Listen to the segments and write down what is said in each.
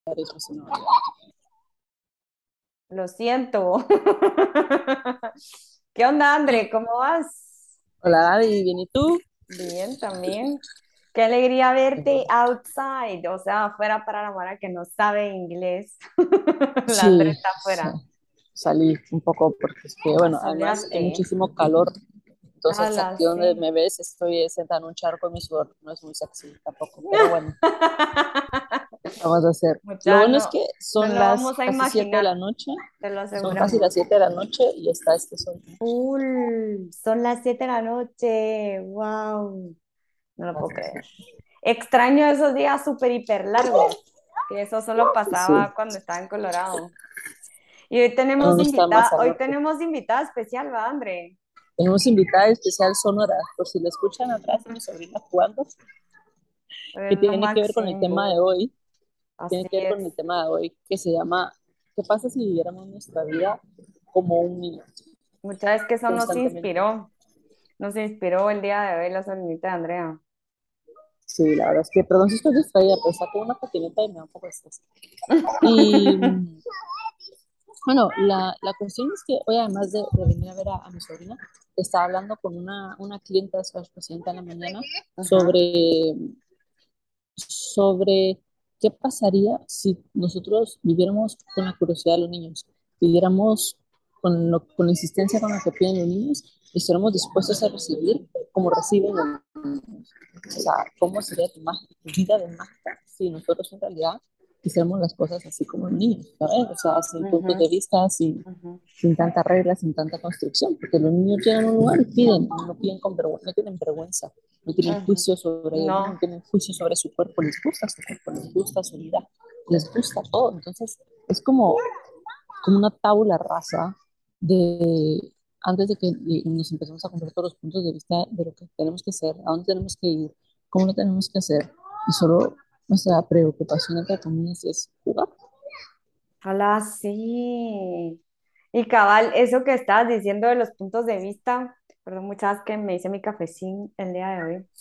eso, si no. Lo siento. ¿Qué onda, André? ¿Cómo vas? Hola, Gaby, ¿bien y tú? Bien, también. Qué alegría verte outside, o sea, afuera para la Mara que no sabe inglés. La André Sí, está afuera. salí un poco porque es que, bueno, además hay Soleate. muchísimo calor. Entonces, Ala, aquí donde sí. me ves, estoy sentada en un charco de mi sudor. No es muy sexy tampoco, pero bueno, vamos a hacer. Lo Mucha, bueno es no, que no son lo las vamos a casi 7 de la imaginar, noche. te lo Son casi aseguramos. las 7 de la noche y está este sol. Son las 7 de la noche. Wow. No lo puedo Así creer. es. Extraño esos días súper hiper largos, que eso solo Sí, pasaba cuando estaba en Colorado. Y aún está más al hoy norte. tenemos invitada especial, ¿va, André? Tenemos invitada especial Sonora, por si la escuchan atrás, mi sobrina jugando, que Es lo tiene que ver con el tema de máximo. hoy. Tiene Así que ver con el es. tema de hoy que se llama ¿qué pasa si viviéramos nuestra vida como un niño Muchas veces que eso constantemente? nos inspiró el día de hoy la sobrinita de Andrea. Sí, la verdad es que, perdón si estoy distraída, pero saco una patineta y me da un poco de estrés. Y bueno, la cuestión es que hoy, además de venir a ver a mi sobrina, estaba hablando con una clienta de su presidenta en la mañana Ajá. sobre qué pasaría si nosotros viviéramos con la curiosidad de los niños, viviéramos con la insistencia con la que piden los niños y estuviéramos dispuestos a recibir como reciben los niños. O sea, ¿cómo sería tu vida de mágica si nosotros en realidad hiciéramos las cosas así como los niños, ¿sabes? O sea, sin puntos Ujú, de vista, sin, ujú, sin tanta regla, sin tanta construcción, porque los niños llegan a un lugar y piden, no piden con vergüenza, no tienen vergüenza, no tienen ujú. juicio sobre ellos, no No, tienen juicio sobre su cuerpo, les gusta su cuerpo, les gusta su vida, les gusta todo. Entonces, es como una tabula rasa de antes de que nos empecemos a comprar todos los puntos de vista de lo que tenemos que hacer, a dónde tenemos que ir, cómo lo tenemos que hacer, y solo nuestra preocupación entre comillas es jugar. ojalá sí. Y cabal, eso que estabas diciendo de los puntos de vista, perdón, muchas que me hice mi cafecín el día de hoy.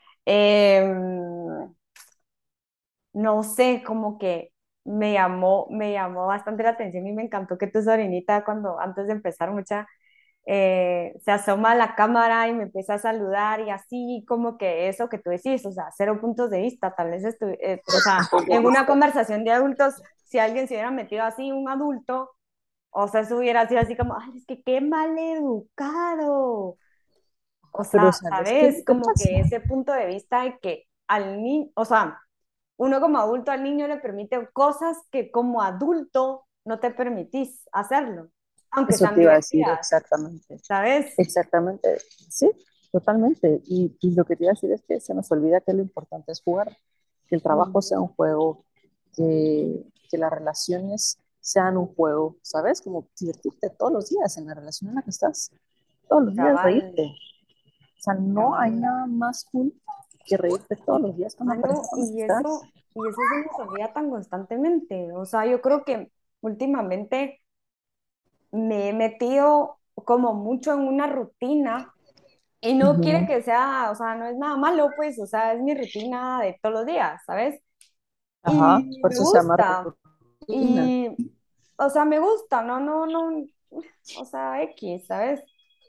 Em, no sé, como que me llamó bastante la atención y me encantó que tu sobrinita cuando antes de empezar se asoma a la cámara y me empieza a saludar y así como que eso que tú decís, o sea, cero puntos de vista, tal vez, o sea, en una conversación de adultos, si alguien se hubiera metido así, un adulto, o sea, eso hubiera sido así como, ay, es que qué mal educado. O Pero, sea, ¿sabes qué es ¿sabes? lo que Como pasa? que ese punto de vista de que al niño, o sea, uno como adulto al niño le permite cosas que como adulto no te permitís hacerlo, aunque Eso sean te iba a decir divertidas, exactamente. ¿sabes? Exactamente, sí, totalmente. Y lo que te iba a decir es que se nos olvida que lo importante es jugar, que el trabajo sea Ujú. un juego, que las relaciones sean un juego, ¿sabes? Como divertirte todos los días en la relación en la que estás, todos los días Cabal, reírte. O sea, no hay cabal. nada más cool que reírte todos los días con la pareja Mano, con la que estás. y eso se nos olvida tan constantemente. O sea, yo creo que últimamente me he metido como mucho en una rutina y no quiere Ujú. que sea, o sea, no es nada malo, pues, o sea, es mi rutina de todos los días, ¿sabes? Ajá, Y por me eso se llama gusta. rutina. Y, o sea, me gusta, no, o sea, X, ¿sabes?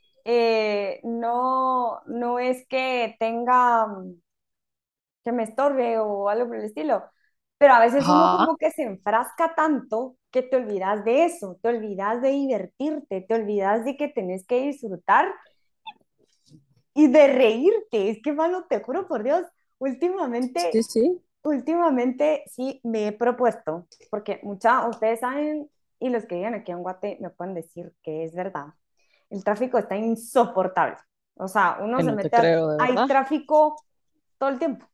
No es que tenga, que me estorbe o algo por el estilo, pero a veces uno Ajá, como que se enfrasca tanto que te olvidas de eso, te olvidas de divertirte, te olvidas de que tenés que disfrutar y de reírte. Es que, malo, te juro por Dios, sí, últimamente, sí. últimamente sí me he propuesto, porque ustedes saben, y los que viven aquí en Guate me pueden decir que es verdad, el tráfico está insoportable. O sea, uno Que se no te mete creo, de hay verdad. tráfico todo el tiempo.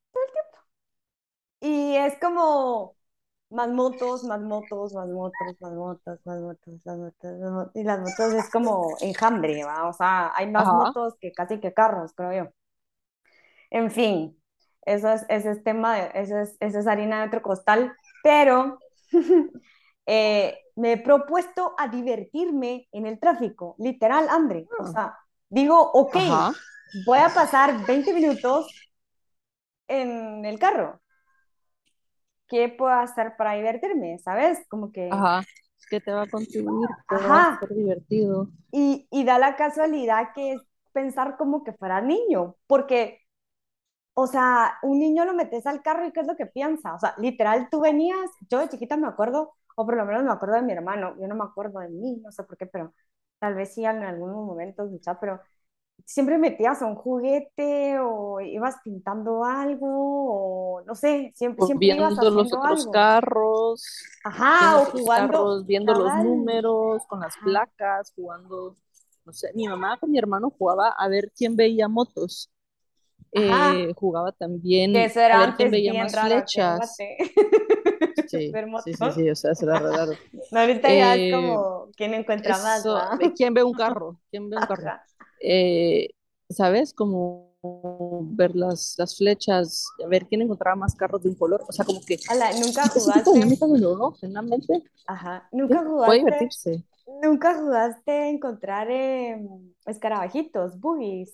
Y es como más motos, más motos, más motos, más motos, más motos, más motos, más motos. Y las motos es como enjambre, ¿va? O sea, hay más Ajá. motos que casi que carros, creo yo. En fin, ese es tema esa es harina de otro costal, pero me he propuesto a divertirme en el tráfico, literal, André. O sea, digo, ok, Ajá. voy a pasar 20 minutos en el carro. qué puedo hacer para divertirme, ¿sabes? Como que, Ajá, ¿qué te va a contribuir? ¿Qué va a ajá, ser divertido? y da la casualidad que es pensar como que fuera niño, porque, o sea, un niño lo metes al carro y ¿qué es lo que piensa? O sea, literal, tú venías, yo de chiquita me acuerdo, o por lo menos me acuerdo de mi hermano, yo no me acuerdo de mí, no sé por qué, pero tal vez sí en algunos momentos, mucha, pero siempre metías a un juguete o ibas pintando algo o no sé, siempre, O siempre ibas viendo los haciendo otros algo. carros, Ajá, viendo o otros jugando carros, viendo los cabal. números con las Ajá, placas, jugando, no sé, mi mamá con mi hermano jugaba a ver quién veía motos, ajá, jugaba que también eso a era ver quién antes veía bien más raro aquí en flechas. Guate, Sí, ver sí, sí, motos. sí, o sea, se la raro. No, ahorita ya es Eh, como quién encuentra más, eso, ¿va? de quién ve un carro, quién ve un carro. Ajá. Eh, ¿Sabes? Como ver las flechas, a ver quién encontraba más carros de un color, o sea, como que Hola, ¿nunca ese tipo de jugaste? dinámicas donde uno, generalmente, Ajá, sí, ¿nunca puede jugaste? divertirse. ¿Nunca jugaste a encontrar escarabajitos, boogies?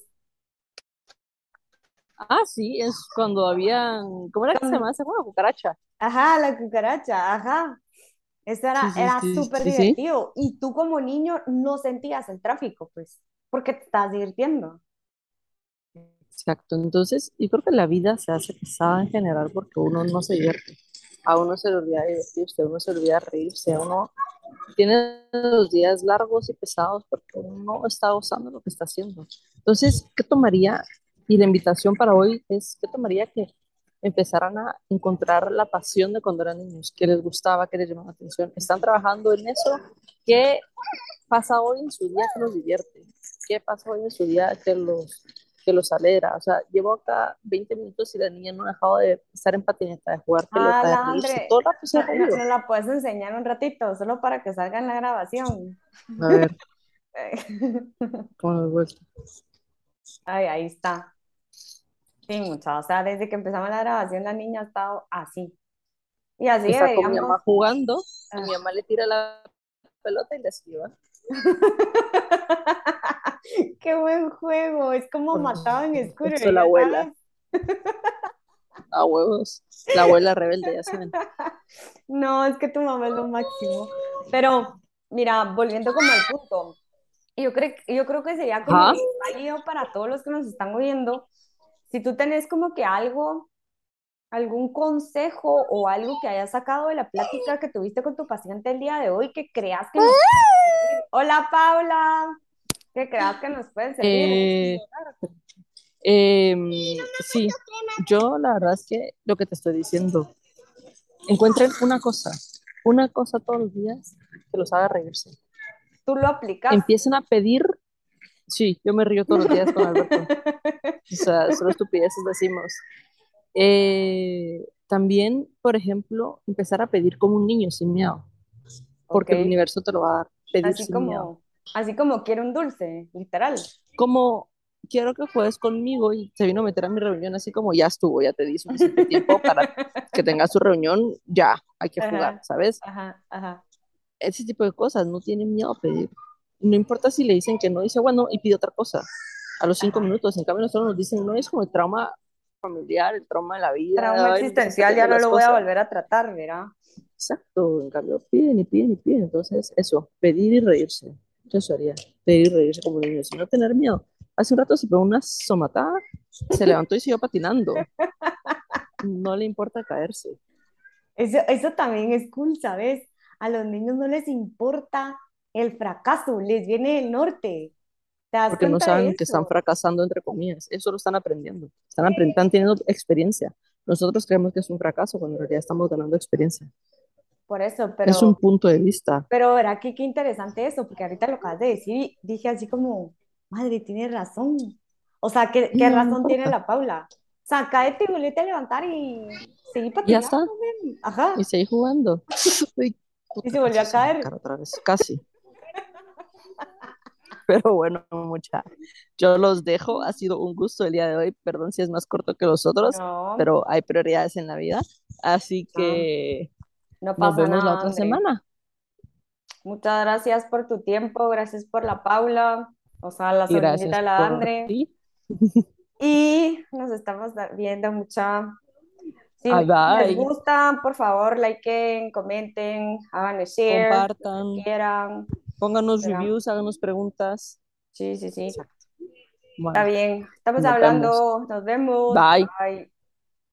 Ah, sí, es cuando habían, ¿cómo era que se Con, llamaba ese juego? Cucaracha. ajá, la cucaracha, ajá. Eso Sí, era, sí, era sí, súper sí, sí. divertido. Y tú como niño no sentías el tráfico, pues, porque te estás divirtiendo. Exacto. Entonces, yo creo que la vida se hace pesada en general porque uno no se divierte. A uno se le olvida divertirse, a uno se le olvida reírse, a uno tiene los días largos y pesados porque uno no está gozando lo que está haciendo. Entonces, ¿qué tomaría? Y la invitación para hoy es, ¿qué tomaría que empezaran a encontrar la pasión de cuando eran niños? ¿Qué les gustaba? ¿Qué les llamaba la atención? ¿Están trabajando en eso? ¿Qué pasa hoy en su día que los divierte? ¿Qué pasa hoy en su día que los alegra? O sea, llevo acá 20 minutos y la niña no ha dejado de estar en patineta, de jugar Ah, pelota, de la reírse. Andre, Todo el rato se ha reído. no la puedes enseñar un ratito, solo para que salga en la grabación. A ver, ¿cómo nos vuelve? Ay, ahí está. Sí, mucha. O sea, desde que empezamos la grabación, la niña ha estado así. Y así Está con mi deberíamos. mamá jugando, y mi Ah. mamá le tira la pelota y la esquiva. Qué buen juego. Es como Por matado en supuesto, Scooter, la ya abuela, sabes. a huevos, la abuela rebelde, ya saben. No, es que tu mamá es lo máximo. Pero, mira, volviendo como al punto, yo creo que sería como Ajá. bien válido para todos los que nos están oyendo. Si tú tenés como que algo, algún consejo o algo que hayas sacado de la plática que tuviste con tu paciente el día de hoy que creas que nos puede servir. Hola, Paula, que creas que nos pueden servir. Eh, eh, sí, yo la verdad es que lo que te estoy diciendo, encuentren una cosa todos los días que los haga reírse. Tú lo aplicaste. Empiecen a pedir, sí, yo me río todos los días con Alberto, o sea, solo estupideces decimos. También, por ejemplo, empezar a pedir como un niño sin miedo, Ok, porque el universo te lo va a dar, pedir sin miedo. así como quiero un dulce, literal. Como quiero que juegues conmigo y se vino a meter a mi reunión así como ya estuvo, ya te di suficiente tiempo para que tengas tu reunión, ya, hay que jugar, Ajá, ¿sabes? ajá, ajá, Ese tipo de cosas, no tienen miedo a pedir. No importa si le dicen que no, dice bueno y pide otra cosa a los cinco ajá. minutos. En cambio, nosotros nos dicen, no es como el trauma familiar, el trauma de la Trauma vida, ay, nunca están existencial ya pidiendo no las lo voy a cosas. volver a tratar, ¿verdad? Exacto, en cambio, piden y piden y piden. Entonces, eso, pedir y reírse. Yo eso haría, pedir y reírse como niños, y no tener miedo. Hace un rato se pegó una somatada, se levantó y siguió patinando. No le importa caerse, Eso también es cool, ¿sabes? A los niños no les importa el fracaso, les viene del norte. ¿Te das porque no cuenta de saben que están eso? fracasando, entre comillas. Eso lo están aprendiendo. Están teniendo experiencia. Nosotros creemos que es un fracaso cuando en realidad estamos ganando experiencia. Por eso, Es un punto de vista. pero verá que qué interesante eso, porque ahorita lo acabas de decir y dije así como, madre, tiene razón. O sea, ¿qué No le razón tiene importa. la Paula? O sea, cáete y volvete a levantar y seguir Y ya patinando, está. men. Ajá. Y seguí jugando. Uy, Y puta, se volvió casi a se me caer. cara otra vez. Casi. Pero bueno, mucha. Yo los dejo. Ha sido un gusto el día de hoy. Perdón si es más corto que los otros, No, pero hay prioridades en la vida. Así no, que no nos pasa vemos la nada, otra André. semana. Muchas gracias por tu tiempo, gracias por la Paula, o sea, la Y sobrinita gracias de la por Andre. ti. Y nos estamos viendo mucha. Si, Ah, si les bye. gusta, por favor, likeen, comenten, hagan share, lo que Compartan, quieran. pónganos ¿Verdad? reviews, háganos preguntas. Sí, sí, sí. Exacto. Está Bueno, bien. Estamos nos vemos. hablando. Nos vemos. Bye. Bye.